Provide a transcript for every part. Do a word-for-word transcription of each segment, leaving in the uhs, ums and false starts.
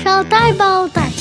Шалтай-болтай.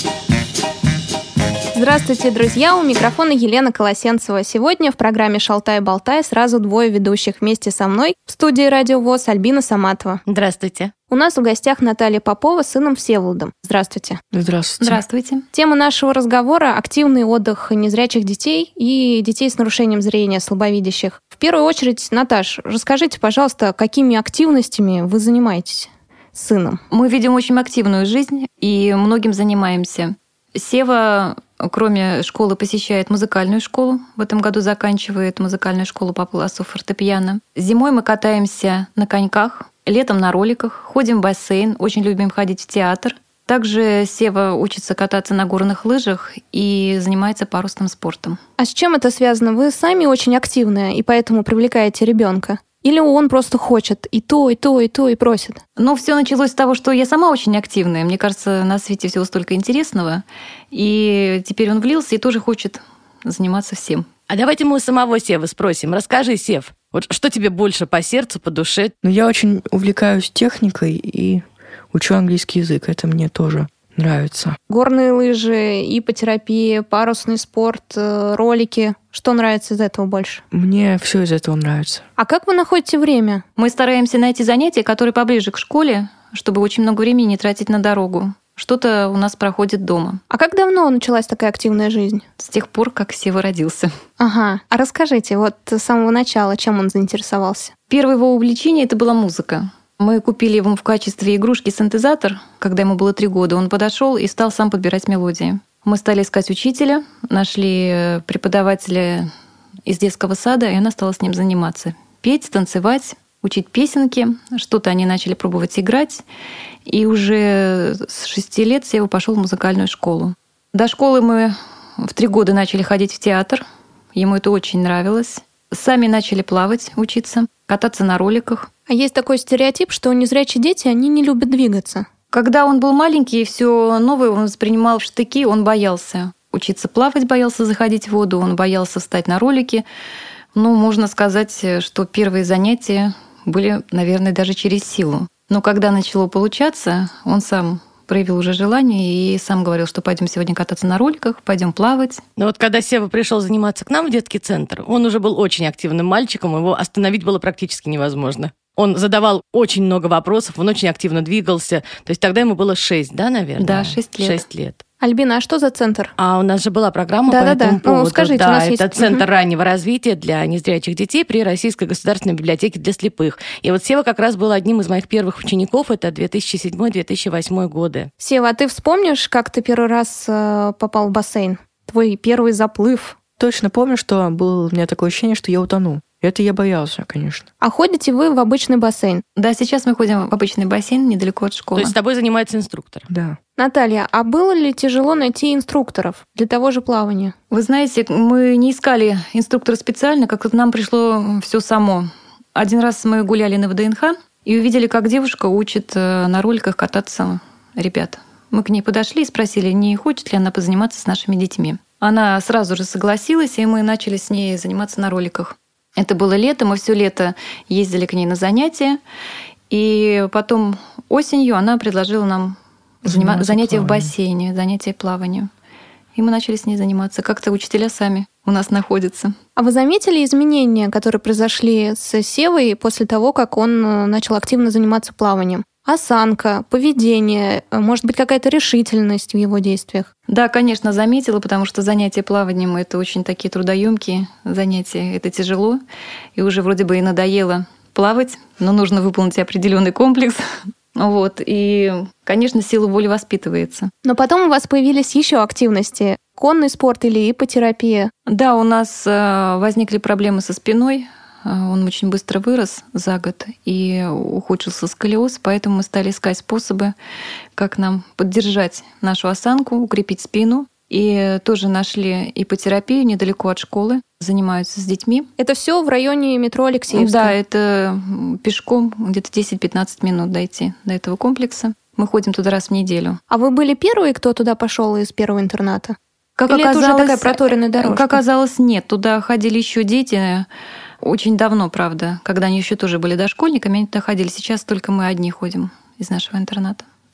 Здравствуйте, друзья! У микрофона Елена Колосенцева. Сегодня в программе «Шалтай-болтай» сразу двое ведущих вместе со мной в студии Радио ВОС Альбина Саматова. Здравствуйте. У нас в гостях Наталья Попова с сыном Всеволодом. Здравствуйте. Здравствуйте. Здравствуйте. Тема нашего разговора — активный отдых незрячих детей и детей с нарушением зрения, слабовидящих. В первую очередь, Наташ, расскажите, пожалуйста, какими активностями вы занимаетесь с сыном? Мы ведем очень активную жизнь и многим занимаемся. Сева, кроме школы, посещает музыкальную школу. В этом году заканчивает музыкальную школу по классу фортепиано. Зимой мы катаемся на коньках, летом на роликах, ходим в бассейн, очень любим ходить в театр. Также Сева учится кататься на горных лыжах и занимается парусным спортом. А с чем это связано? Вы сами очень активная и поэтому привлекаете ребенка? Или он просто хочет и то, и то, и то, и просит? Ну, все началось с того, что я сама очень активная. Мне кажется, на свете всего столько интересного. И теперь он влился и тоже хочет заниматься всем. А давайте мы у самого Севы спросим. Расскажи, Сев, вот что тебе больше по сердцу, по душе? Ну, я очень увлекаюсь техникой и учу английский язык. Это мне тоже нравится. Горные лыжи, иппотерапия, парусный спорт, ролики. Что нравится из этого больше? Мне все из этого нравится. А как вы находите время? Мы стараемся найти занятия, которые поближе к школе, чтобы очень много времени не тратить на дорогу. Что-то у нас проходит дома. А как давно началась такая активная жизнь? С тех пор, как Сева родился. Ага. А расскажите, вот с самого начала, чем он заинтересовался? Первое его увлечение — это была музыка. Мы купили ему в качестве игрушки синтезатор, когда ему было три года. Он подошел и стал сам подбирать мелодии. Мы стали искать учителя, нашли преподавателя из детского сада, и она стала с ним заниматься. Петь, танцевать, учить песенки. Что-то они начали пробовать играть. И уже с шести лет Сева пошел в музыкальную школу. До школы мы в три года начали ходить в театр. Ему это очень нравилось. Сами начали плавать, учиться, кататься на роликах. А есть такой стереотип, что незрячие дети, они не любят двигаться. Когда он был маленький, все новое он воспринимал в штыки, он боялся учиться плавать, боялся заходить в воду, он боялся встать на ролики. Ну, можно сказать, что первые занятия были, наверное, даже через силу. Но когда начало получаться, он сам проявил уже желание и сам говорил, что пойдем сегодня кататься на роликах, пойдем плавать. Но вот когда Сева пришел заниматься к нам в детский центр, он уже был очень активным мальчиком, его остановить было практически невозможно. Он задавал очень много вопросов, он очень активно двигался. То есть тогда ему было шесть, да, наверное? Да, шесть лет. Шесть лет. Альбина, а что за центр? А у нас же была программа да, по да, этому да. поводу. Ну, скажите, да, у нас это есть... Центр угу. раннего развития для незрячих детей при Российской государственной библиотеке для слепых. И вот Сева как раз был одним из моих первых учеников. Это две тысячи седьмой - две тысячи восьмой годы. Сева, а ты вспомнишь, как ты первый раз э, попал в бассейн? Твой первый заплыв? Точно помню, что было у меня такое ощущение, что я утону. Это я боялся, конечно. А ходите вы в обычный бассейн? Да, сейчас мы ходим в обычный бассейн недалеко от школы. То есть с тобой занимается инструктор? Да. Наталья, а было ли тяжело найти инструкторов для того же плавания? Вы знаете, мы не искали инструктора специально, как-то нам пришло все само. Один раз мы гуляли на ВДНХ и увидели, как девушка учит на роликах кататься ребят. Мы к ней подошли и спросили, не хочет ли она позаниматься с нашими детьми. Она сразу же согласилась, и мы начали с ней заниматься на роликах. Это было лето, мы все лето ездили к ней на занятия, и потом осенью она предложила нам занима- занятия в бассейне, занятия плаванием. И мы начали с ней заниматься. Как-то учителя сами у нас находятся. А вы заметили изменения, которые произошли с Севой после того, как он начал активно заниматься плаванием? Осанка, поведение, может быть, какая-то решительность в его действиях? Да, конечно, заметила, потому что занятия плаванием — это очень такие трудоемкие занятия, это тяжело. И уже вроде бы и надоело плавать, но нужно выполнить определенный комплекс. Вот. И, конечно, сила воли воспитывается. Но потом у вас появились еще активности. Конный спорт или иппотерапия? Да, у нас возникли проблемы со спиной. Он очень быстро вырос за год и ухудшился сколиоз, поэтому мы стали искать способы, как нам поддержать нашу осанку, укрепить спину. И тоже нашли иппотерапию недалеко от школы, занимаются с детьми. Это все в районе метро Алексеевская? Да, это пешком где-то десять-пятнадцать минут дойти до этого комплекса. Мы ходим туда раз в неделю. А вы были первые, кто туда пошел из первого интерната? Как Или оказалось, это уже такая проторенная дорожка? Как оказалось, нет. Туда ходили еще дети. Очень давно, правда, когда они еще тоже были дошкольниками, они туда ходили. Сейчас только мы одни ходим из нашего интерната.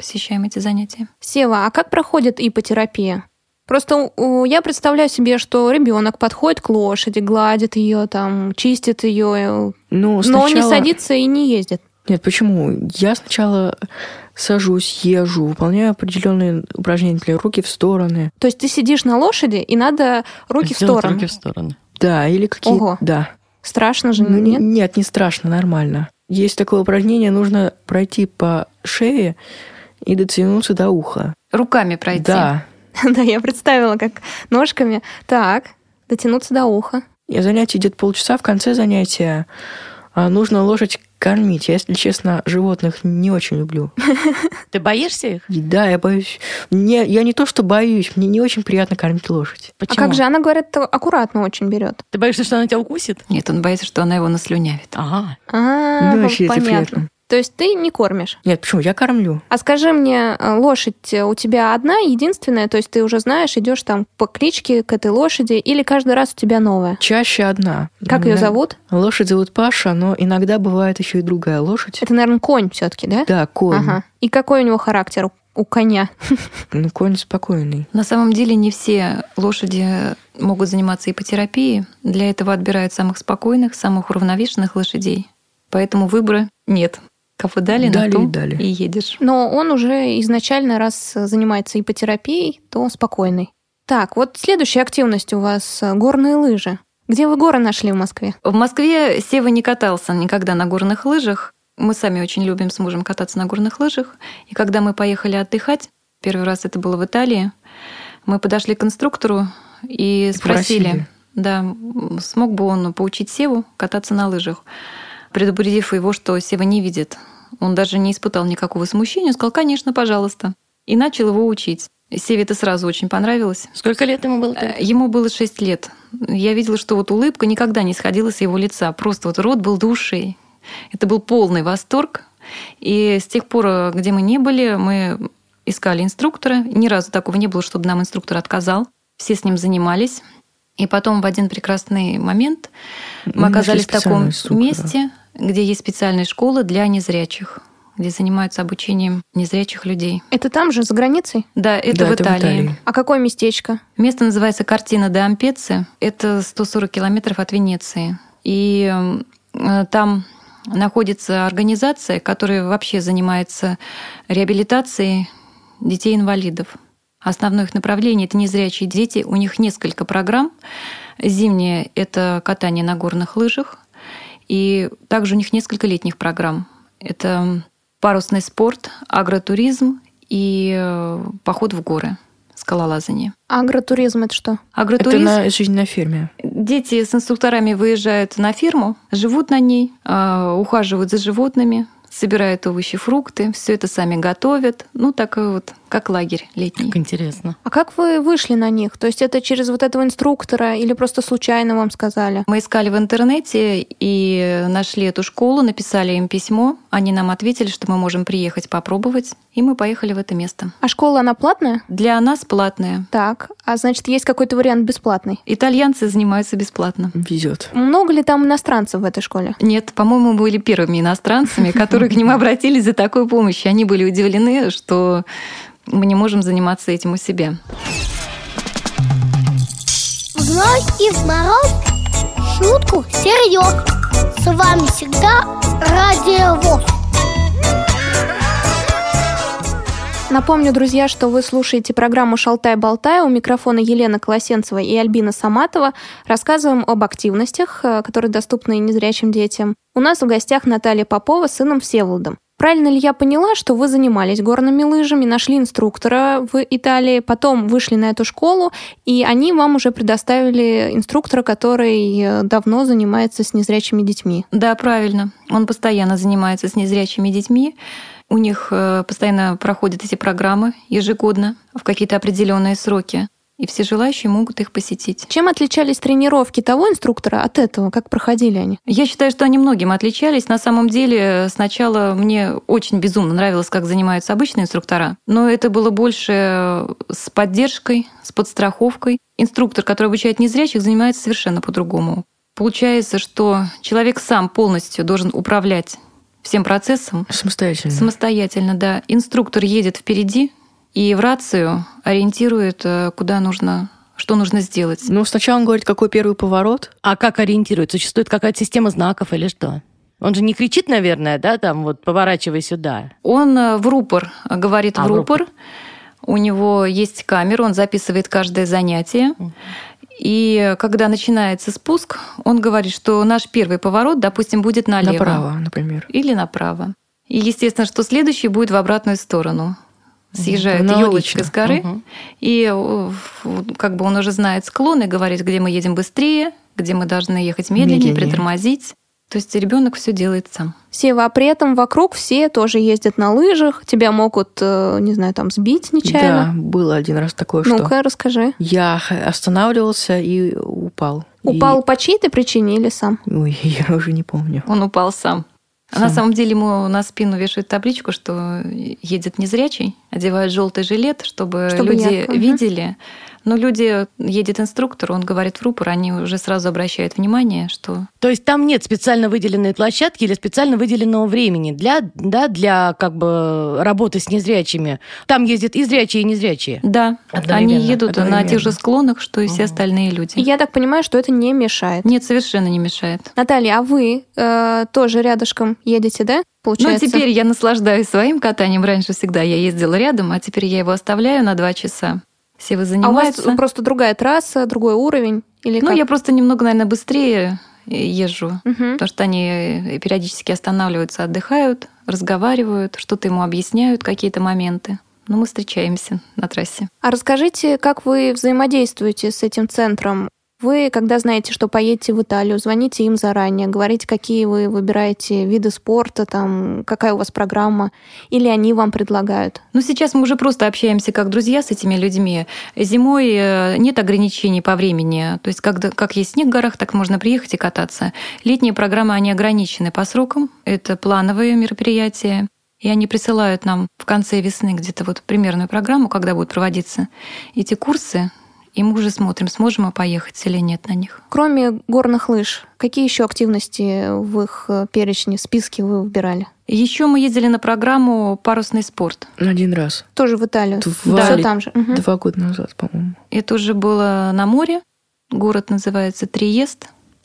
посещаем эти занятия. Сева, а как проходит иппотерапия? Просто я представляю себе, что ребенок подходит к лошади, гладит ее, там, чистит ее, Ну, но он не сначала- садится и не ездит. Нет, почему? Я сначала сажусь, езжу, выполняю определенные упражнения для руки в стороны. То есть ты сидишь на лошади, и надо руки в Сделать сторону. руки в стороны. Да, или какие... Ого. Да. Страшно же, Ну, нет? Нет, не страшно, нормально. Есть такое упражнение, нужно пройти по шее и дотянуться до уха. Руками пройти. Да. Да, я представила, как ножками. Так, дотянуться до уха. И занятие идет полчаса, в конце занятия а, нужно лошадь кормить. Я, если честно, животных не очень люблю. Ты боишься их? И да, я боюсь. Мне, я не то, что боюсь, мне не очень приятно кормить лошадь. А как же она, говорят, аккуратно очень берет? Ты боишься, что она тебя укусит? Нет, он боится, что она его наслюнявит. Ага. А, Ну, вообще это понятно. приятно. То есть ты не кормишь. Нет, почему? Я кормлю. А скажи мне, лошадь у тебя одна, единственная? То есть ты уже знаешь, идешь там по кличке к этой лошади, или каждый раз у тебя новая? Чаще одна. Как ее Иногда- зовут? Лошадь зовут Паша, но иногда бывает еще и другая лошадь. Это, наверное, конь все-таки, да? Да, конь. Ага. И какой у него характер у- у коня? Ну, конь спокойный. На самом деле не все лошади могут заниматься иппотерапией. Для этого отбирают самых спокойных, самых уравновешенных лошадей. Поэтому выбора нет. Кого дали, Дали на то и дали. и едешь. Но он уже изначально, раз занимается иппотерапией, то спокойный. Так, вот следующая активность у вас — горные лыжи. Где вы горы нашли в Москве? В Москве Сева не катался никогда на горных лыжах. Мы сами очень любим с мужем кататься на горных лыжах. И когда мы поехали отдыхать, первый раз это было в Италии, мы подошли к инструктору и, И спросили, спросили. да, смог бы он поучить Севу кататься на лыжах, предупредив его, что Сева не видит. Он даже не испытал никакого смущения, сказал, конечно, пожалуйста. И начал его учить. Севе это сразу очень понравилось. Сколько лет ему было? Э, Ему было шесть лет. Я видела, что вот улыбка никогда не сходила с его лица. Просто вот рот был до ушей. Это был полный восторг. И с тех пор, где мы не были, мы искали инструктора. Ни разу такого не было, чтобы нам инструктор отказал. Все с ним занимались. И потом в один прекрасный момент мы Мы оказались в нашли таком специального инструктора. месте, где есть специальная школа для незрячих, где занимаются обучением незрячих людей. Это там же, за границей? Да, это, Да, в, это в Италии. Италии. А какое местечко? Место называется Картина де Ампеце. Это сто сорок километров от Венеции. И э, там находится организация, которая вообще занимается реабилитацией детей-инвалидов. Основное их направление — это незрячие дети. У них несколько программ. Зимнее — это катание на горных лыжах. И также у них несколько летних программ. Это парусный спорт, агротуризм и э, поход в горы, скалолазание. Агротуризм — это что? Это Агротуризм. на жизнь на ферме. Дети с инструкторами выезжают на ферму, живут на ней, э, ухаживают за животными, собирают овощи, фрукты, все это сами готовят. Ну, такой вот, как лагерь летний. Как интересно. А как вы вышли на них? То есть это через вот этого инструктора или просто случайно вам сказали? Мы искали в интернете и нашли эту школу, написали им письмо. Они нам ответили, что мы можем приехать попробовать, и мы поехали в это место. А школа, она платная? Для нас платная. Так, а значит, есть какой-то вариант бесплатный? Итальянцы занимаются бесплатно. Везет. Много ли там иностранцев в этой школе? Нет, по-моему, мы были первыми иностранцами, которые к ним обратились за такой помощью. Они были удивлены, что мы не можем заниматься этим у себя. В зной и в мороз шутку серьез. С вами всегда Радио ВОС. Напомню, друзья, что вы слушаете программу «Шалтай-болтай». У микрофона Елена Колосенцева и Альбина Саматова. Рассказываем об активностях, которые доступны незрячим детям. У нас в гостях Наталья Попова с сыном Всеволодом. Правильно ли я поняла, что вы занимались горными лыжами, нашли инструктора в Италии, потом вышли на эту школу, и они вам уже предоставили инструктора, который давно занимается с незрячими детьми? Да, правильно. Он постоянно занимается с незрячими детьми. У них э, постоянно проходят эти программы ежегодно в какие-то определенные сроки. И все желающие могут их посетить. Чем отличались тренировки того инструктора от этого? Как проходили они? Я считаю, что они многим отличались. На самом деле, сначала мне очень безумно нравилось, как занимаются обычные инструктора, но это было больше с поддержкой, с подстраховкой. Инструктор, который обучает незрячих, занимается совершенно по-другому. Получается, что человек сам полностью должен управлять всем процессом. Самостоятельно. Самостоятельно, да. Инструктор едет впереди и в рацию ориентирует, куда нужно, что нужно сделать. Ну, сначала он говорит, какой первый поворот. А как ориентирует? Существует какая-то система знаков или что? Он же не кричит, наверное, да, там вот поворачивай сюда. Он в рупор говорит а, в рупор. У него есть камера, он записывает каждое занятие. Uh-huh. И когда начинается спуск, он говорит, что наш первый поворот, допустим, будет налево. Направо, например. Или направо. И, естественно, что следующий будет в обратную сторону. Съезжает uh-huh. елочка с горы, uh-huh. и как бы он уже знает склон и говорит, где мы едем быстрее, где мы должны ехать медленнее, медленнее. притормозить. То есть ребенок все делает сам. Сева, а при этом вокруг все тоже ездят на лыжах, тебя могут, не знаю, там сбить нечаянно. Да, было один раз такое, что... Ну-ка, расскажи. Я останавливался и упал. Упал и... по чьей-то причине или сам? Ой, я уже не помню. Он упал сам. А на самом деле ему на спину вешают табличку, что едет незрячий, одевают желтый жилет, чтобы, чтобы люди ярко. видели. Но люди, едет инструктор, он говорит в рупор, они уже сразу обращают внимание, что... То есть там нет специально выделенной площадки или специально выделенного времени для, да, для как бы работы с незрячими? Там ездят и зрячие, и незрячие? Да, они едут на тех же склонах, что и все угу. остальные люди. Я так понимаю, что это не мешает? Нет, совершенно не мешает. Наталья, а вы э, тоже рядышком едете, да? Получается? Ну, теперь я наслаждаюсь своим катанием. Раньше всегда я ездила рядом, а теперь я его оставляю на два часа. Все вы занимаются. А у вас просто другая трасса, другой уровень? Или ну, как? я просто немного, наверное, быстрее езжу, угу. потому что они периодически останавливаются, отдыхают, разговаривают, что-то ему объясняют, какие-то моменты. Но мы встречаемся на трассе. А расскажите, как вы взаимодействуете с этим центром? Вы, когда знаете, что поедете в Италию, звоните им заранее, говорите, какие вы выбираете виды спорта, там, какая у вас программа, или они вам предлагают? Ну, сейчас мы уже просто общаемся как друзья с этими людьми. Зимой нет ограничений по времени. То есть, когда, как есть снег в горах, так можно приехать и кататься. Летние программы, они ограничены по срокам. Это плановые мероприятия. И они присылают нам в конце весны где-то вот примерную программу, когда будут проводиться эти курсы. И мы уже смотрим, сможем мы поехать или нет на них. Кроме горных лыж, какие еще активности в их перечне, в списке вы выбирали? Еще мы ездили на программу «Парусный спорт». Один раз. Тоже в Италию? Два, Все там же? Угу. Два года назад, по-моему. Это уже было на море. Город называется Триест.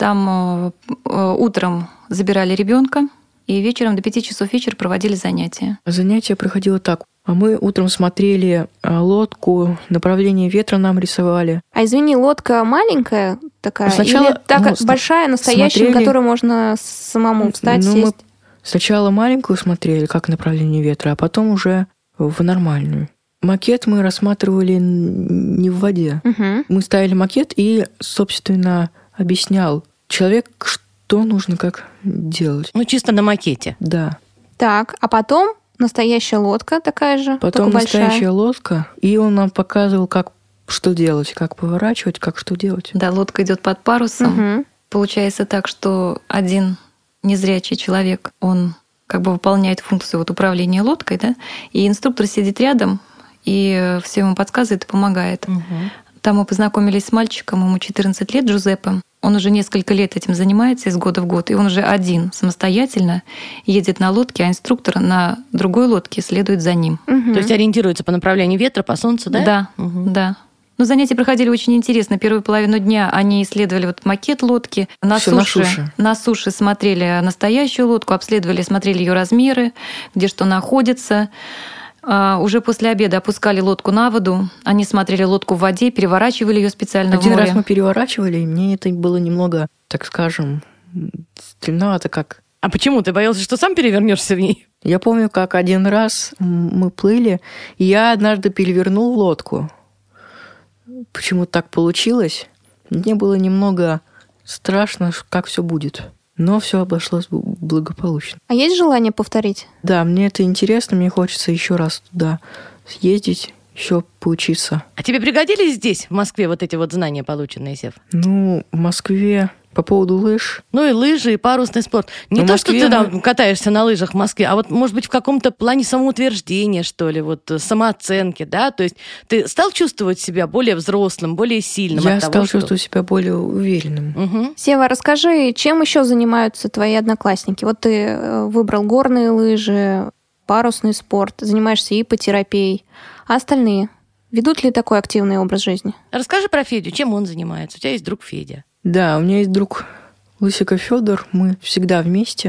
Там утром забирали ребенка, и вечером до пяти часов вечера проводили занятия. Занятие проходило так. А мы утром смотрели лодку, направление ветра нам рисовали. А извини, лодка маленькая такая? Сначала, или так, ну, большая, настоящая, смотрели, в которой можно самому встать, ну, сесть? Мы сначала маленькую смотрели, как направление ветра, а потом уже в нормальную. Макет мы рассматривали не в воде. Угу. Мы ставили макет и, собственно, объяснял человек, что нужно как делать. Ну, чисто на макете. Да. Так, а потом... Настоящая лодка такая же, потом только настоящая большая. лодка, и он нам показывал, как что делать, как поворачивать, как что делать. Да, лодка идет под парусом. Угу. Получается так, что один незрячий человек, он как бы выполняет функцию вот управления лодкой, да, и инструктор сидит рядом и все ему подсказывает и помогает. Угу. Там мы познакомились с мальчиком, ему четырнадцать лет, Джузеппе. Он уже несколько лет этим занимается из года в год, и он уже один самостоятельно едет на лодке, а инструктор на другой лодке следует за ним. Угу. То есть ориентируется по направлению ветра, по солнцу, да? Да, угу. да. Но занятия проходили очень интересно. Первую половину дня они исследовали вот макет лодки. На суше, на суше. На суше смотрели настоящую лодку, обследовали, смотрели ее размеры, где что находится. А уже после обеда опускали лодку на воду. Они смотрели лодку в воде, переворачивали ее специально Один в море. раз мы переворачивали, и мне это было немного, так скажем, стремновато как... А почему? Ты боялся, что сам перевернешься в ней? Я помню, как один раз мы плыли, и я однажды перевернул лодку. Почему так получилось? Мне было немного страшно, как все будет. Но все обошлось благополучно. А есть желание повторить? Да, мне это интересно, мне хочется еще раз туда съездить, еще поучиться. А тебе пригодились здесь, в Москве, вот эти вот знания, полученные, Сев? Ну, в Москве По поводу лыж. Ну и лыжи, и парусный спорт. Не В то, Москве что ты мы- там катаешься на лыжах в Москве, а вот, может быть, в каком-то плане самоутверждения, что ли, вот э, самооценки, да? То есть ты стал чувствовать себя более взрослым, более сильным Я от того, стал что... чувствовать себя более уверенным. Мгм. Сева, расскажи, чем еще занимаются твои одноклассники? Вот ты э, выбрал горные лыжи, парусный спорт, занимаешься иппотерапией. А остальные? Ведут ли такой активный образ жизни? Расскажи про Федю, чем он занимается? У тебя есть друг Федя. Да, у меня есть друг Лысиков Федор, мы всегда вместе.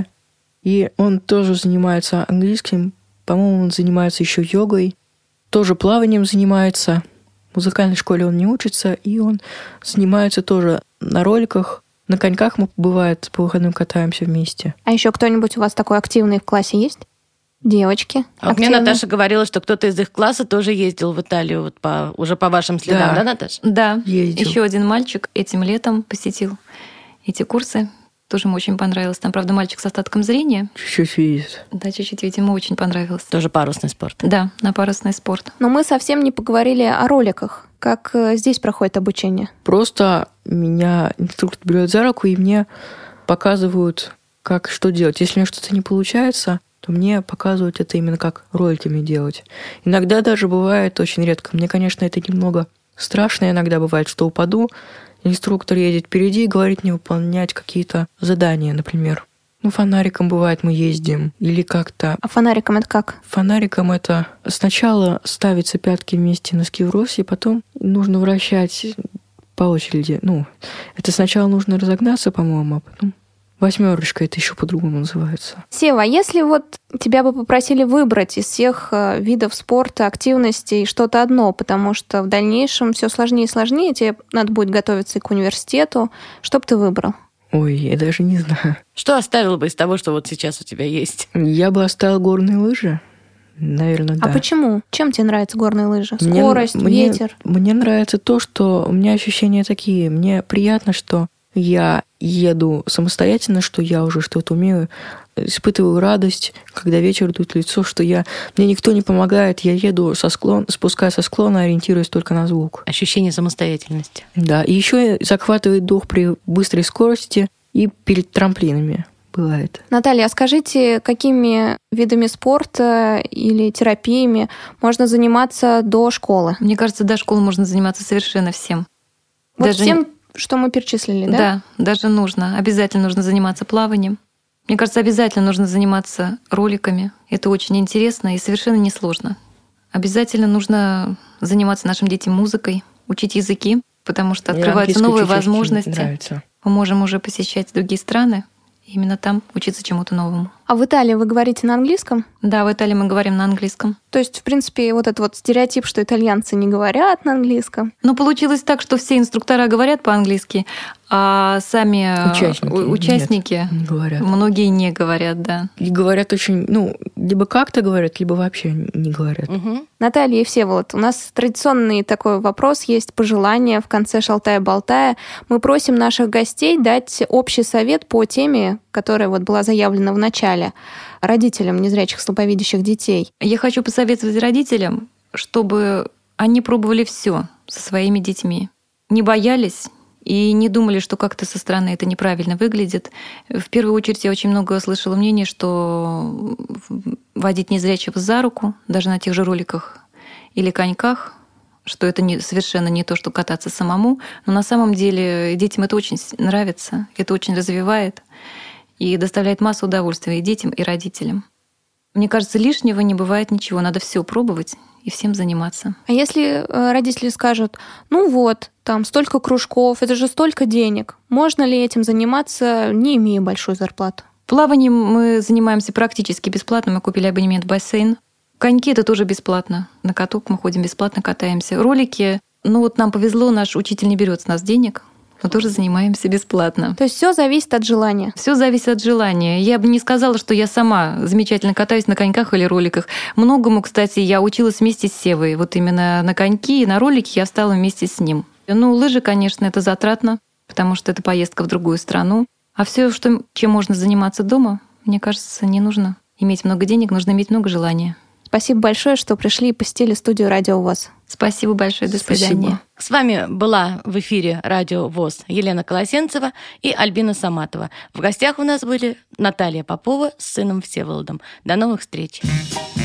И он тоже занимается английским. По-моему, он занимается еще йогой. Тоже плаванием занимается. В музыкальной школе он не учится. И он занимается тоже на роликах. На коньках мы, бывает, по выходным катаемся вместе. А еще кто-нибудь у вас такой активный в классе есть? Девочки? А вот мне активные? Наташа говорила, что кто-то из их класса тоже ездил в Италию, вот по, уже по вашим следам, да, Да. Наташа? Да, Ездил. еще один мальчик этим летом посетил эти курсы. Тоже ему очень понравилось. Там, правда, мальчик с остатком зрения. Чуть-чуть видит. Да, чуть-чуть, видимо, очень понравилось. Тоже парусный спорт. Да, на парусный спорт. Но мы совсем не поговорили о роликах. Как э, здесь проходит обучение? Просто меня инструктор берет за руку, и мне показывают, как что делать. Если у меня что-то не получается, то мне показывают это именно как роликами делать. Иногда даже бывает, очень редко. Мне, конечно, это немного страшно. Иногда бывает, что упаду. Инструктор едет впереди и говорит мне выполнять какие-то задания, например. Ну, фонариком бывает мы ездим. Или как-то... А фонариком это как? Фонариком это сначала ставятся пятки вместе носки в росе, и потом нужно вращать по очереди. Ну, это сначала нужно разогнаться, по-моему, а потом восьмерочка, это еще по-другому называется. Сева, а если вот тебя бы попросили выбрать из всех э, видов спорта, активностей что-то одно, потому что в дальнейшем все сложнее и сложнее, тебе надо будет готовиться и к университету, что бы ты выбрал? Ой, я даже не знаю. Что оставил бы из того, что вот сейчас у тебя есть? Я бы оставил горные лыжи. Наверное, да. А почему? Чем тебе нравятся горные лыжи? Мне- Скорость, мне- ветер? Мне нравится то, что у меня ощущения такие. Мне приятно, что я еду самостоятельно, что я уже что-то умею, испытываю радость, когда ветер дует в лицо, что я... Мне никто не помогает, я еду со склона, спускаясь со склона, ориентируясь только на звук. Ощущение самостоятельности. Да, и еще захватывает дух при быстрой скорости и перед трамплинами. Бывает. Наталья, а скажите, какими видами спорта или терапиями можно заниматься до школы? Мне кажется, до школы можно заниматься совершенно всем. Вот Даже всем, что мы перечислили, да? Да, даже нужно. Обязательно нужно заниматься плаванием. Мне кажется, обязательно нужно заниматься роликами. Это очень интересно и совершенно несложно. Обязательно нужно заниматься нашим детям музыкой, учить языки, потому что Мне открываются английский новые учить очень возможности. нравится. Мы можем уже посещать другие страны, и именно там учиться чему-то новому. А в Италии вы говорите на английском? Да, в Италии мы говорим на английском. То есть, в принципе, вот этот вот стереотип, что итальянцы не говорят на английском. Но получилось так, что все инструктора говорят по-английски, а сами Участники у- участники Не говорят. многие не говорят, да. И говорят очень, ну, либо как-то говорят, либо вообще не говорят. Мгм. Наталья и Всеволод, у нас традиционный такой вопрос есть, пожелания в конце «Шалтая-болтая». Мы просим наших гостей дать общий совет по теме, которая вот была заявлена в начале, родителям незрячих слабовидящих детей. Я хочу посоветовать родителям, чтобы они пробовали все со своими детьми. Не боялись и не думали, что как-то со стороны это неправильно выглядит. В первую очередь я очень много слышала мнений, что водить незрячего за руку, даже на тех же роликах или коньках, что это не, совершенно не то, что кататься самому. Но на самом деле детям это очень нравится, это очень развивает и доставляет массу удовольствия и детям, и родителям. Мне кажется, лишнего не бывает ничего. Надо все пробовать и всем заниматься. А если э, родители скажут, ну вот, там столько кружков, это же столько денег, можно ли этим заниматься, не имея большую зарплату? Плаванием мы занимаемся практически бесплатно. Мы купили абонемент в бассейн. Коньки — это тоже бесплатно. На каток мы ходим бесплатно, катаемся. Ролики, ну вот нам повезло, наш учитель не берет с нас денег, мы тоже занимаемся бесплатно. То есть все зависит от желания. Все зависит от желания. Я бы не сказала, что я сама замечательно катаюсь на коньках или роликах. Многому, кстати, я училась вместе с Севой. Вот именно на коньки и на ролики я стала вместе с ним. Ну, лыжи, конечно, это затратно, потому что это поездка в другую страну. А все, что, чем можно заниматься дома, мне кажется, не нужно иметь много денег, нужно иметь много желания. Спасибо большое, что пришли и посетили студию «Радио ВОС». Спасибо большое, до Спасибо. свидания. С вами была в эфире Радио ВОС Елена Колосенцева и Альбина Саматова. В гостях у нас были Наталья Попова с сыном Всеволодом. До новых встреч!